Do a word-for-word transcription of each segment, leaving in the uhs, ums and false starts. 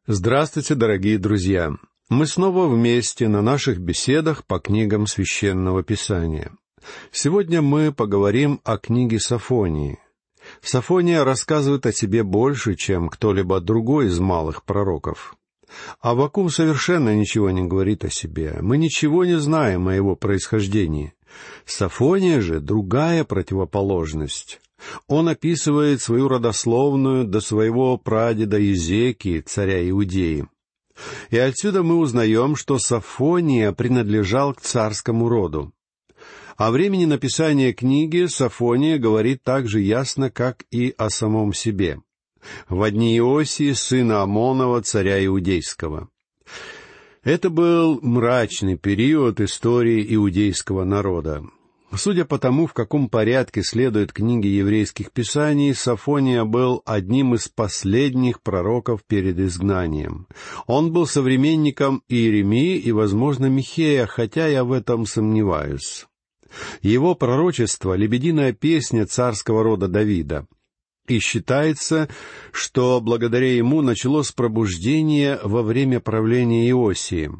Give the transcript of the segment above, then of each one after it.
Здравствуйте, дорогие друзья! Мы снова вместе на наших беседах по книгам Священного Писания. Сегодня мы поговорим о книге Софонии. Софония рассказывает о себе больше, чем кто-либо другой из малых пророков. Аввакум совершенно ничего не говорит о себе. Мы ничего не знаем о его происхождении. Софония же другая противоположность. Он описывает свою родословную до своего прадеда Иезекии, царя Иудеи. И отсюда мы узнаем, что Софония принадлежал к царскому роду. О времени написания книги Софония говорит так же ясно, как и о самом себе. В дни Иосии, сына Амонова, царя Иудейского. Это был мрачный период истории иудейского народа. Судя по тому, в каком порядке следуют книги еврейских писаний, Софония был одним из последних пророков перед изгнанием. Он был современником Иеремии и, возможно, Михея, хотя я в этом сомневаюсь. Его пророчество — лебединая песня царского рода Давида. И считается, что благодаря ему началось пробуждение во время правления Иосии.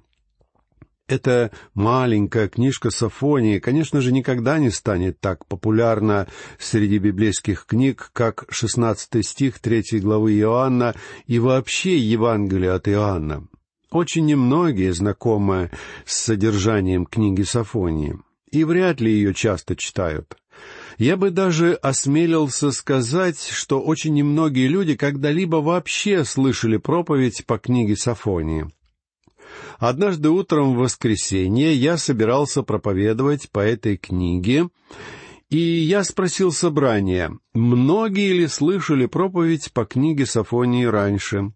Эта маленькая книжка Софонии, конечно же, никогда не станет так популярна среди библейских книг, как шестнадцатый стих третьей главы Иоанна и вообще Евангелие от Иоанна. Очень немногие знакомы с содержанием книги Софонии, и вряд ли ее часто читают. Я бы даже осмелился сказать, что очень немногие люди когда-либо вообще слышали проповедь по книге Софонии. Однажды утром в воскресенье я собирался проповедовать по этой книге, и я спросил собрания, многие ли слышали проповедь по книге Софонии раньше.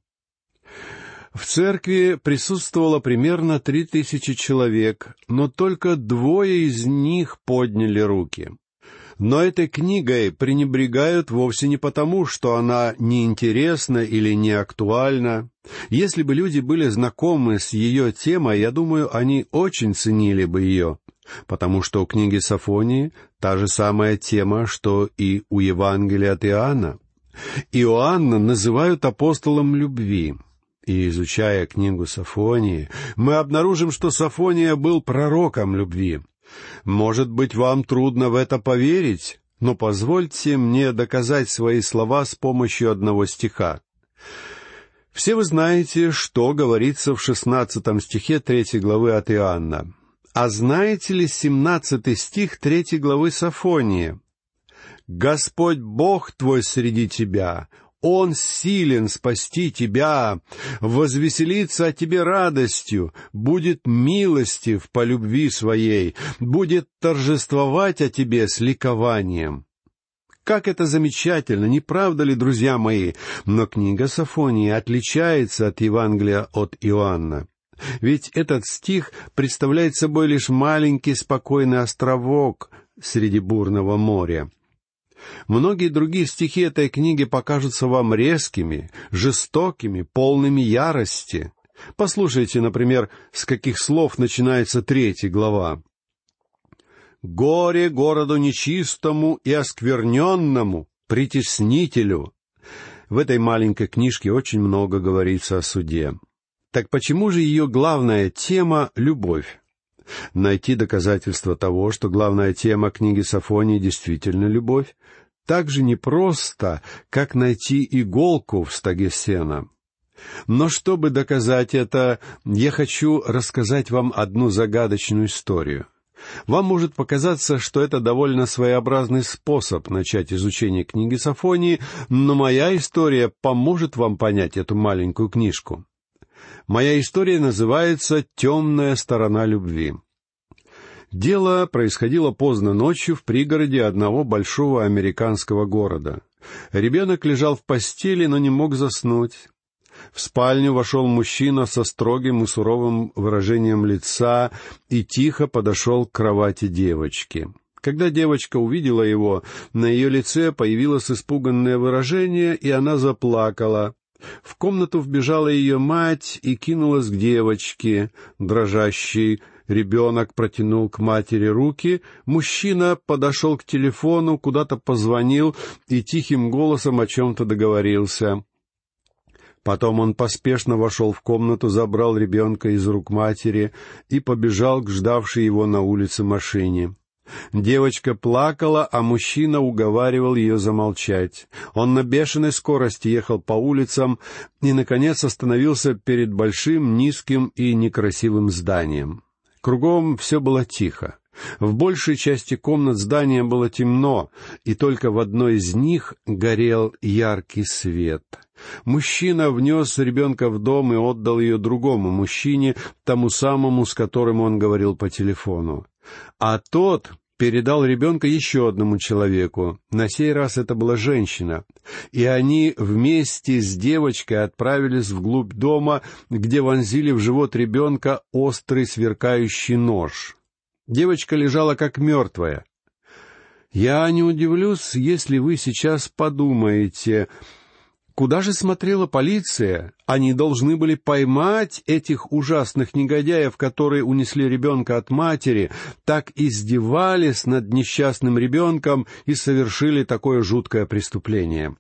В церкви присутствовало примерно три тысячи человек, но только двое из них подняли руки. Но этой книгой пренебрегают вовсе не потому, что она неинтересна или не актуальна. Если бы люди были знакомы с ее темой, я думаю, они очень ценили бы ее, потому что у книги Софонии та же самая тема, что и у Евангелия от Иоанна. Иоанна называют апостолом любви. И, изучая книгу Софонии, мы обнаружим, что Софония был пророком любви. Может быть, вам трудно в это поверить, но позвольте мне доказать свои слова с помощью одного стиха. Все вы знаете, что говорится в шестнадцатом стихе третьей главы от Иоанна. А знаете ли семнадцатый стих третьей главы Софонии? «Господь Бог твой среди тебя, Он силен спасти тебя, возвеселится о тебе радостью, будет милостив по любви своей, будет торжествовать о тебе с ликованием». Как это замечательно, не правда ли, друзья мои? Но книга Софонии отличается от Евангелия от Иоанна. Ведь этот стих представляет собой лишь маленький спокойный островок среди бурного моря. Многие другие стихи этой книги покажутся вам резкими, жестокими, полными ярости. Послушайте, например, с каких слов начинается третья глава. «Горе городу нечистому и оскверненному, притеснителю». В этой маленькой книжке очень много говорится о суде. Так почему же ее главная тема — любовь? Найти доказательства того, что главная тема книги Софонии действительно любовь, так же непросто, как найти иголку в стоге сена. Но чтобы доказать это, я хочу рассказать вам одну загадочную историю. Вам может показаться, что это довольно своеобразный способ начать изучение книги Софонии, но моя история поможет вам понять эту маленькую книжку. Моя история называется «Темная сторона любви». Дело происходило поздно ночью в пригороде одного большого американского города. Ребенок лежал в постели, но не мог заснуть. В спальню вошел мужчина со строгим и суровым выражением лица и тихо подошел к кровати девочки. Когда девочка увидела его, на ее лице появилось испуганное выражение, и она заплакала. В комнату вбежала ее мать и кинулась к девочке. Дрожащий ребенок протянул к матери руки. Мужчина подошел к телефону, куда-то позвонил и тихим голосом о чем-то договорился. Потом он поспешно вошел в комнату, забрал ребенка из рук матери и побежал к ждавшей его на улице машине. Девочка плакала, а мужчина уговаривал ее замолчать. Он на бешеной скорости ехал по улицам и, наконец, остановился перед большим, низким и некрасивым зданием. Кругом все было тихо. В большей части комнат здания было темно, и только в одной из них горел яркий свет. Мужчина внес ребенка в дом и отдал ее другому мужчине, тому самому, с которым он говорил по телефону. А тот передал ребенка еще одному человеку. На сей раз это была женщина. И они вместе с девочкой отправились вглубь дома, где вонзили в живот ребенка острый сверкающий нож. Девочка лежала как мертвая. Я не удивлюсь, если вы сейчас подумаете: куда же смотрела полиция? Они должны были поймать этих ужасных негодяев, которые унесли ребенка от матери, так издевались над несчастным ребенком и совершили такое жуткое преступление.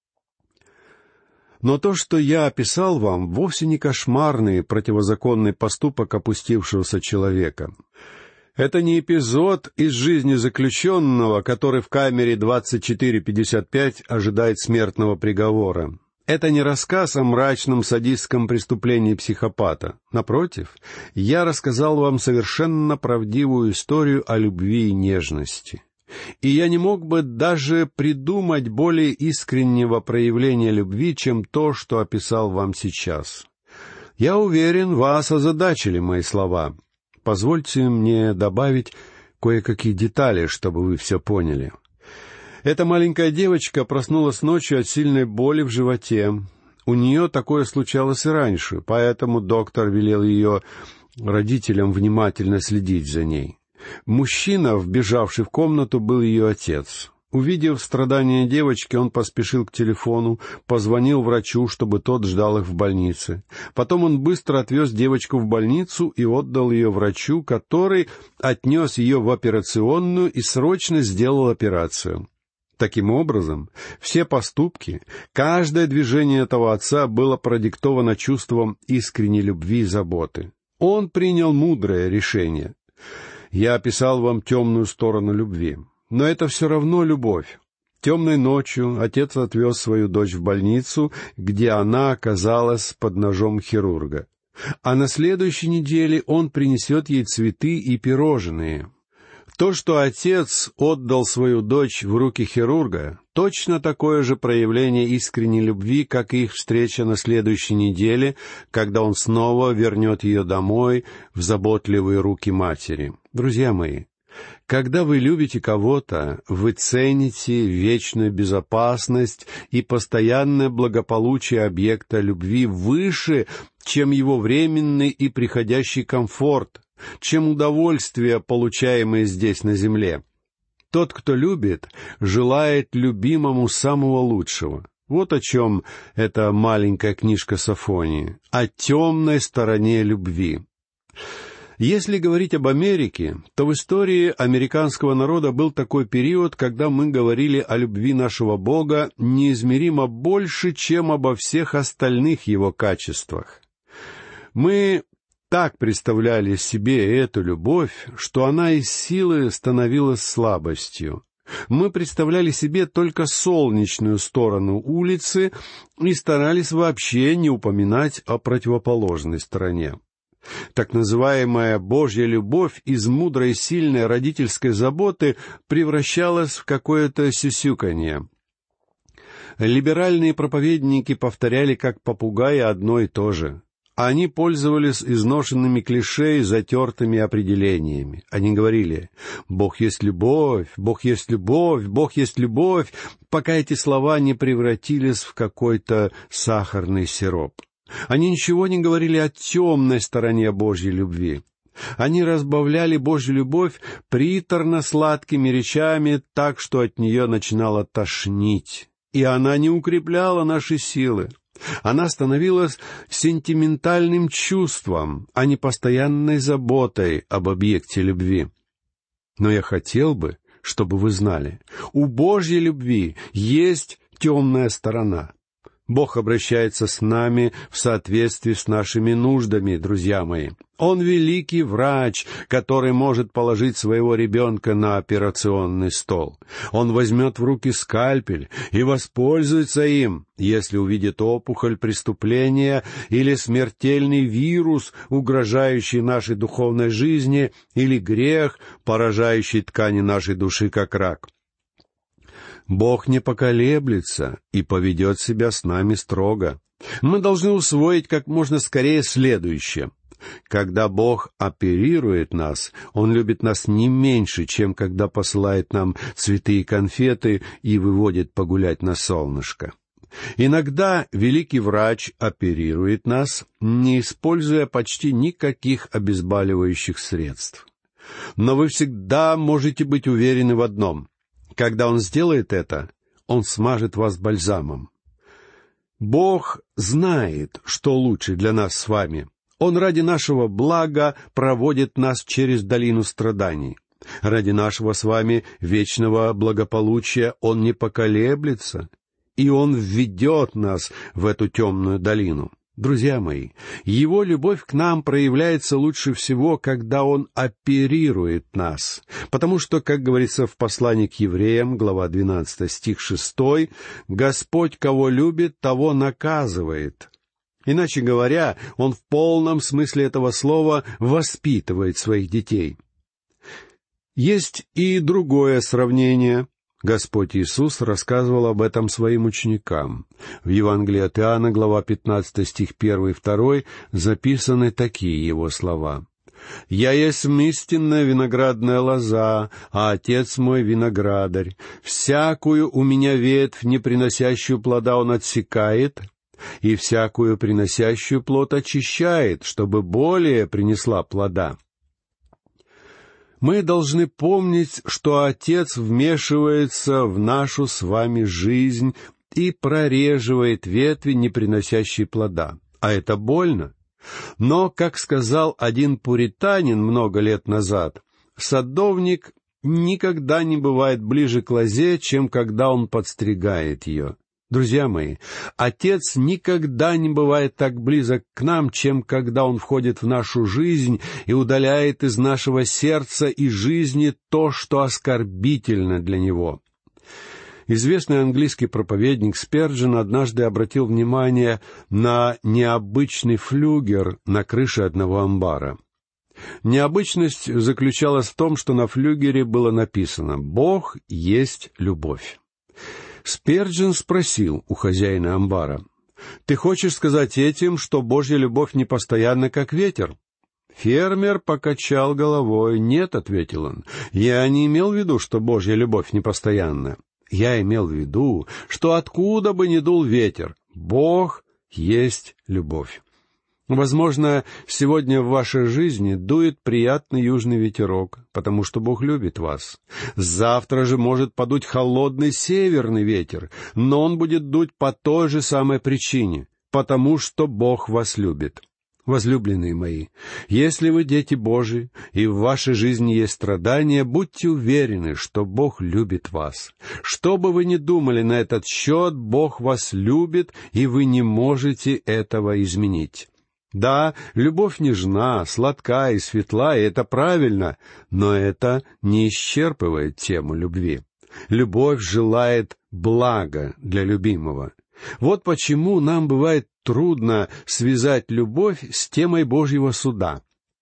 Но то, что я описал вам, вовсе не кошмарный противозаконный поступок опустившегося человека. Это не эпизод из жизни заключенного, который в камере двадцать четыре пятьдесят пять ожидает смертного приговора. Это не рассказ о мрачном садистском преступлении психопата. Напротив, я рассказал вам совершенно правдивую историю о любви и нежности. И я не мог бы даже придумать более искреннего проявления любви, чем то, что описал вам сейчас. Я уверен, вас озадачили мои слова. Позвольте мне добавить кое-какие детали, чтобы вы все поняли. Эта маленькая девочка проснулась ночью от сильной боли в животе. У нее такое случалось и раньше, поэтому доктор велел ее родителям внимательно следить за ней. Мужчина, вбежавший в комнату, был ее отец. Увидев страдания девочки, он поспешил к телефону, позвонил врачу, чтобы тот ждал их в больнице. Потом он быстро отвез девочку в больницу и отдал ее врачу, который отнес ее в операционную и срочно сделал операцию. Таким образом, все поступки, каждое движение этого отца было продиктовано чувством искренней любви и заботы. Он принял мудрое решение. Я описал вам темную сторону любви. Но это все равно любовь. Темной ночью отец отвез свою дочь в больницу, где она оказалась под ножом хирурга. А на следующей неделе он принесет ей цветы и пирожные. То, что отец отдал свою дочь в руки хирурга, точно такое же проявление искренней любви, как и их встреча на следующей неделе, когда он снова вернет ее домой в заботливые руки матери. Друзья мои, когда вы любите кого-то, вы цените вечную безопасность и постоянное благополучие объекта любви выше, чем его временный и приходящий комфорт, чем удовольствия, получаемые здесь на земле. Тот, кто любит, желает любимому самого лучшего. Вот о чем эта маленькая книжка Софонии, о темной стороне любви. Если говорить об Америке, то в истории американского народа был такой период, когда мы говорили о любви нашего Бога неизмеримо больше, чем обо всех остальных Его качествах. Мы так представляли себе эту любовь, что она из силы становилась слабостью. Мы представляли себе только солнечную сторону улицы и старались вообще не упоминать о противоположной стороне. Так называемая Божья любовь из мудрой и сильной родительской заботы превращалась в какое-то сюсюканье. Либеральные проповедники повторяли как попугаи одно и то же. Они пользовались изношенными клише и затертыми определениями. Они говорили: «Бог есть любовь, Бог есть любовь, Бог есть любовь», пока эти слова не превратились в какой-то сахарный сироп. Они ничего не говорили о темной стороне Божьей любви. Они разбавляли Божью любовь приторно-сладкими речами так, что от нее начинало тошнить. И она не укрепляла наши силы. Она становилась сентиментальным чувством, а не постоянной заботой об объекте любви. Но я хотел бы, чтобы вы знали, у Божьей любви есть темная сторона. Бог обращается с нами в соответствии с нашими нуждами, друзья мои. Он великий врач, который может положить своего ребенка на операционный стол. Он возьмет в руки скальпель и воспользуется им, если увидит опухоль преступления или смертельный вирус, угрожающий нашей духовной жизни, или грех, поражающий ткани нашей души, как рак. Бог не поколеблется и поведет себя с нами строго. Мы должны усвоить как можно скорее следующее. Когда Бог оперирует нас, Он любит нас не меньше, чем когда посылает нам цветы и конфеты и выводит погулять на солнышко. Иногда великий врач оперирует нас, не используя почти никаких обезболивающих средств. Но вы всегда можете быть уверены в одном. Когда Он сделает это, Он смажет вас бальзамом. Бог знает, что лучше для нас с вами. Он ради нашего блага проводит нас через долину страданий. Ради нашего с вами вечного благополучия Он не поколеблется, и Он введет нас в эту темную долину. Друзья мои, Его любовь к нам проявляется лучше всего, когда Он оперирует нас, потому что, как говорится в послании к евреям, глава двенадцатая, стих шестой, «Господь, кого любит, того наказывает». Иначе говоря, Он в полном смысле этого слова воспитывает своих детей. Есть и другое сравнение. Господь Иисус рассказывал об этом своим ученикам. В Евангелии от Иоанна, глава пятнадцатая, стих первый и второй, записаны такие Его слова. «Я есть истинная виноградная лоза, а Отец мой виноградарь. Всякую у меня ветвь, не приносящую плода, Он отсекает, и всякую приносящую плод очищает, чтобы более принесла плода». Мы должны помнить, что Отец вмешивается в нашу с вами жизнь и прореживает ветви, не приносящие плода. А это больно. Но, как сказал один пуританин много лет назад, садовник никогда не бывает ближе к лозе, чем когда он подстригает ее. Друзья мои, Отец никогда не бывает так близок к нам, чем когда Он входит в нашу жизнь и удаляет из нашего сердца и жизни то, что оскорбительно для Него. Известный английский проповедник Сперджен однажды обратил внимание на необычный флюгер на крыше одного амбара. Необычность заключалась в том, что на флюгере было написано «Бог есть любовь». Сперджен спросил у хозяина амбара: «Ты хочешь сказать этим, что Божья любовь непостоянна, как ветер?» Фермер покачал головой. «Нет», — ответил он, — «я не имел в виду, что Божья любовь непостоянна. Я имел в виду, что откуда бы ни дул ветер, Бог есть любовь». Возможно, сегодня в вашей жизни дует приятный южный ветерок, потому что Бог любит вас. Завтра же может подуть холодный северный ветер, но он будет дуть по той же самой причине, потому что Бог вас любит. Возлюбленные мои, если вы дети Божии, и в вашей жизни есть страдания, будьте уверены, что Бог любит вас. Что бы вы ни думали на этот счет, Бог вас любит, и вы не можете этого изменить. Да, любовь нежна, сладка и светла, и это правильно, но это не исчерпывает тему любви. Любовь желает блага для любимого. Вот почему нам бывает трудно связать любовь с темой Божьего суда.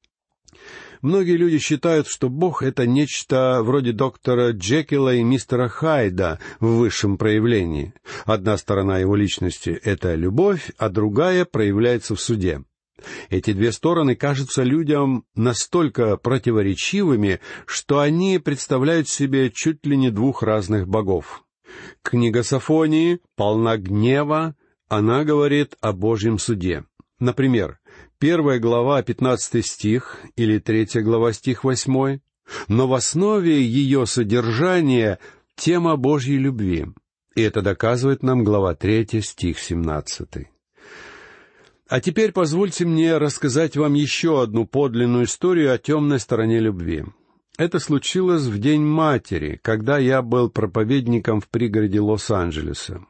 Многие люди считают, что Бог — это нечто вроде доктора Джекила и мистера Хайда в высшем проявлении. Одна сторона его личности — это любовь, а другая проявляется в суде. Эти две стороны кажутся людям настолько противоречивыми, что они представляют себе чуть ли не двух разных богов. Книга Софонии полна гнева, она говорит о Божьем суде. Например, первая глава, пятнадцатый стих, или третья глава, стих восьмой. Но в основе ее содержания тема Божьей любви. И это доказывает нам глава третья, стих семнадцатый. А теперь позвольте мне рассказать вам еще одну подлинную историю о темной стороне любви. Это случилось в День матери, когда я был проповедником в пригороде Лос-Анджелеса.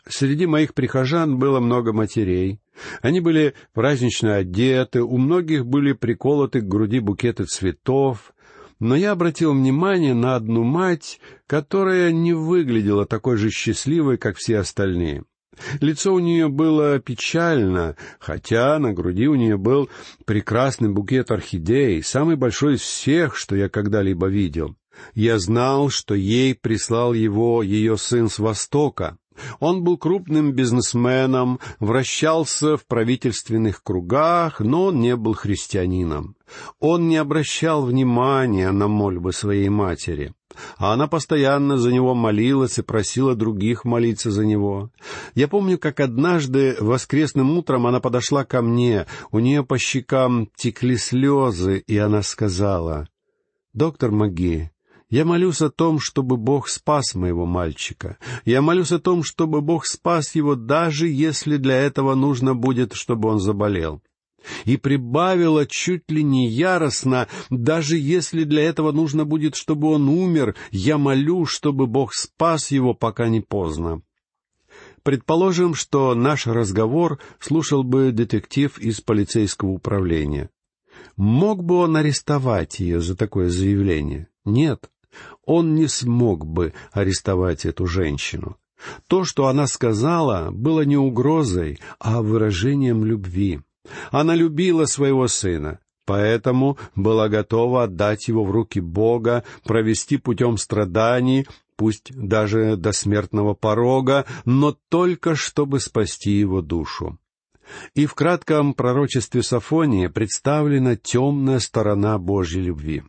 Среди моих прихожан было много матерей. Они были празднично одеты, у многих были приколоты к груди букеты цветов. Но я обратил внимание на одну мать, которая не выглядела такой же счастливой, как все остальные. Лицо у нее было печально, хотя на груди у нее был прекрасный букет орхидей, самый большой из всех, что я когда-либо видел. Я знал, что ей прислал его ее сын с Востока. Он был крупным бизнесменом, вращался в правительственных кругах, но он не был христианином. Он не обращал внимания на мольбы своей матери, а она постоянно за него молилась и просила других молиться за него. Я помню, как однажды воскресным утром она подошла ко мне, у нее по щекам текли слезы, и она сказала: «Доктор Маги, я молюсь о том, чтобы Бог спас моего мальчика. Я молюсь о том, чтобы Бог спас его, даже если для этого нужно будет, чтобы он заболел». И прибавила чуть ли не яростно: «Даже если для этого нужно будет, чтобы он умер, я молю, чтобы Бог спас его, пока не поздно». Предположим, что наш разговор слушал бы детектив из полицейского управления. Мог бы он арестовать ее за такое заявление? Нет. Он не смог бы арестовать эту женщину. То, что она сказала, было не угрозой, а выражением любви. Она любила своего сына, поэтому была готова отдать его в руки Бога, провести путем страданий, пусть даже до смертного порога, но только чтобы спасти его душу. И в кратком пророчестве Софонии представлена темная сторона Божьей любви.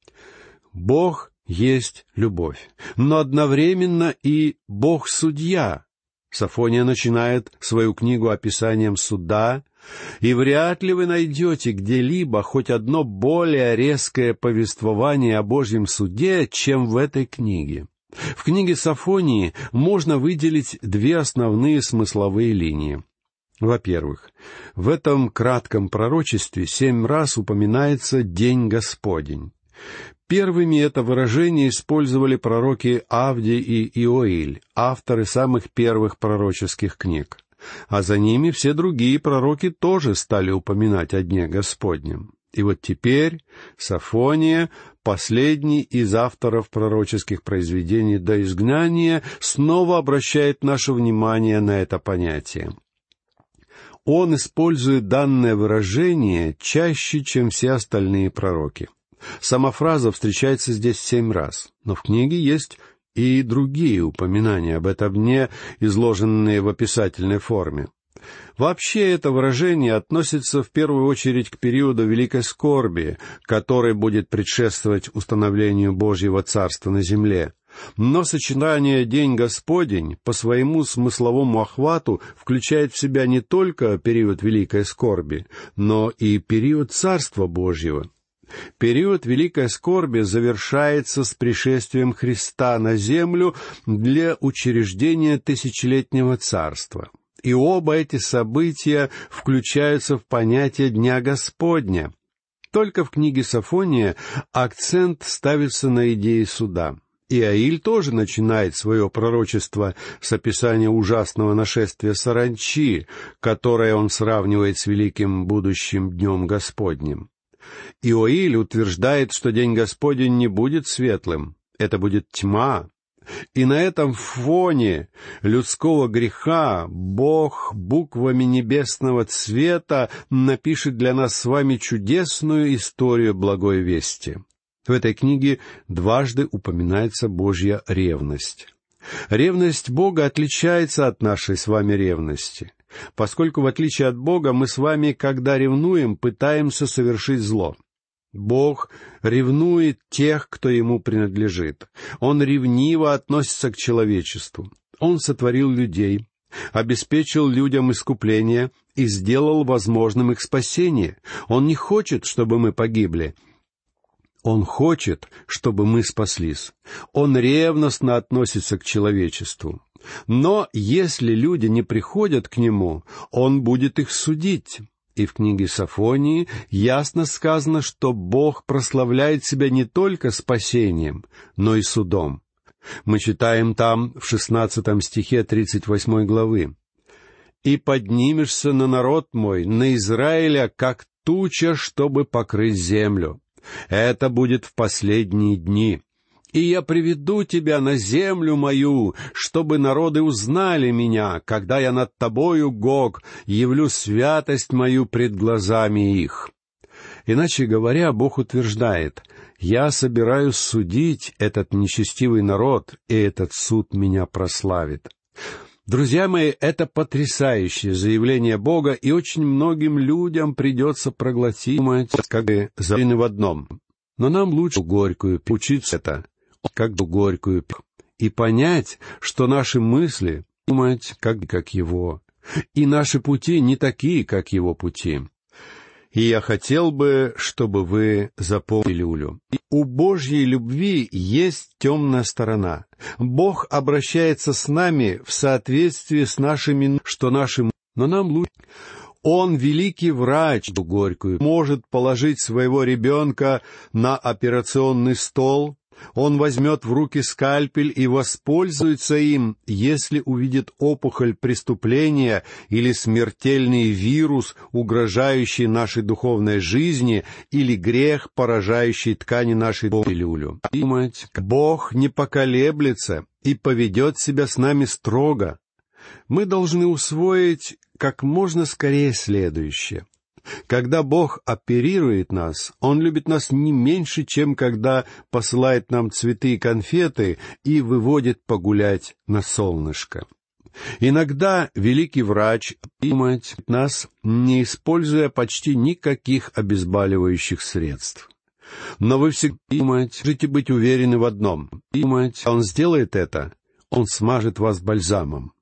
Бог есть любовь, но одновременно и Бог-судья. Софония начинает свою книгу описанием суда, и вряд ли вы найдете где-либо хоть одно более резкое повествование о Божьем суде, чем в этой книге. В книге Софонии можно выделить две основные смысловые линии. Во-первых, в этом кратком пророчестве семь раз упоминается «День Господень». Первыми это выражение использовали пророки Авдий и Иоиль, авторы самых первых пророческих книг. А за ними все другие пророки тоже стали упоминать о Дне Господнем. И вот теперь Софония, последний из авторов пророческих произведений до изгнания, снова обращает наше внимание на это понятие. Он использует данное выражение чаще, чем все остальные пророки. Сама фраза встречается здесь семь раз, но в книге есть и другие упоминания об этом дне, изложенные в описательной форме. Вообще это выражение относится в первую очередь к периоду великой скорби, который будет предшествовать установлению Божьего Царства на земле. Но сочетание «День Господень» по своему смысловому охвату включает в себя не только период великой скорби, но и период Царства Божьего. Период великой скорби завершается с пришествием Христа на землю для учреждения тысячелетнего царства. И оба эти события включаются в понятие Дня Господня. Только в книге Софония акцент ставится на идее суда. Иоиль тоже начинает свое пророчество с описания ужасного нашествия саранчи, которое он сравнивает с великим будущим Днем Господним. Иоиль утверждает, что День Господень не будет светлым, это будет тьма. И на этом фоне людского греха Бог буквами небесного цвета напишет для нас с вами чудесную историю благой вести. В этой книге дважды упоминается Божья ревность. Ревность Бога отличается от нашей с вами ревности, поскольку, в отличие от Бога, мы с вами, когда ревнуем, пытаемся совершить зло. Бог ревнует тех, кто Ему принадлежит. Он ревниво относится к человечеству. Он сотворил людей, обеспечил людям искупление и сделал возможным их спасение. Он не хочет, чтобы мы погибли. Он хочет, чтобы мы спаслись. Он ревностно относится к человечеству. Но если люди не приходят к Нему, Он будет их судить. И в книге Софонии ясно сказано, что Бог прославляет себя не только спасением, но и судом. Мы читаем там в шестнадцатом стихе тридцать восьмой главы: «И поднимешься на народ мой, на Израиля, как туча, чтобы покрыть землю. Это будет в последние дни. И я приведу тебя на землю мою, чтобы народы узнали меня, когда я над тобою, Гог, явлю святость мою пред глазами их». Иначе говоря, Бог утверждает: «Я собираюсь судить этот нечестивый народ, и этот суд меня прославит». Друзья мои, это потрясающее заявление Бога, и очень многим людям придется проглотить, как бы заявлены в одном. Но нам лучше горькую учиться это, как бы горькую, и понять, что наши мысли думать как, как Его, и наши пути не такие, как Его пути. И я хотел бы, чтобы вы запомнили, Улю, у Божьей любви есть темная сторона. Бог обращается с нами в соответствии с нашими, что нашим, но нам лучше. Он, великий врач, горькую, может положить своего ребенка на операционный стол. Он возьмет в руки скальпель и воспользуется им, если увидит опухоль преступления или смертельный вирус, угрожающий нашей духовной жизни, или грех, поражающий ткани нашей души. Бог не поколеблется и поведет себя с нами строго. Мы должны усвоить как можно скорее следующее. Когда Бог оперирует нас, Он любит нас не меньше, чем когда посылает нам цветы и конфеты и выводит погулять на солнышко. Иногда великий врач принимает нас, не используя почти никаких обезболивающих средств. Но вы всегда можете быть уверены в одном. Он сделает это, Он смажет вас бальзамом.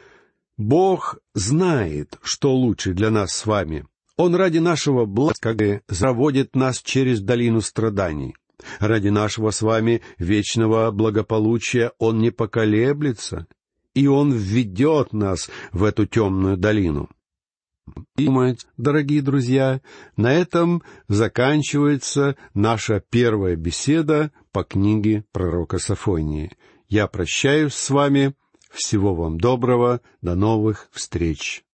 Бог знает, что лучше для нас с вами. Он ради нашего блага заводит нас через долину страданий. Ради нашего с вами вечного благополучия Он не поколеблется, и Он введет нас в эту темную долину. И, дорогие друзья, на этом заканчивается наша первая беседа по книге пророка Софонии. Я прощаюсь с вами. Всего вам доброго. До новых встреч.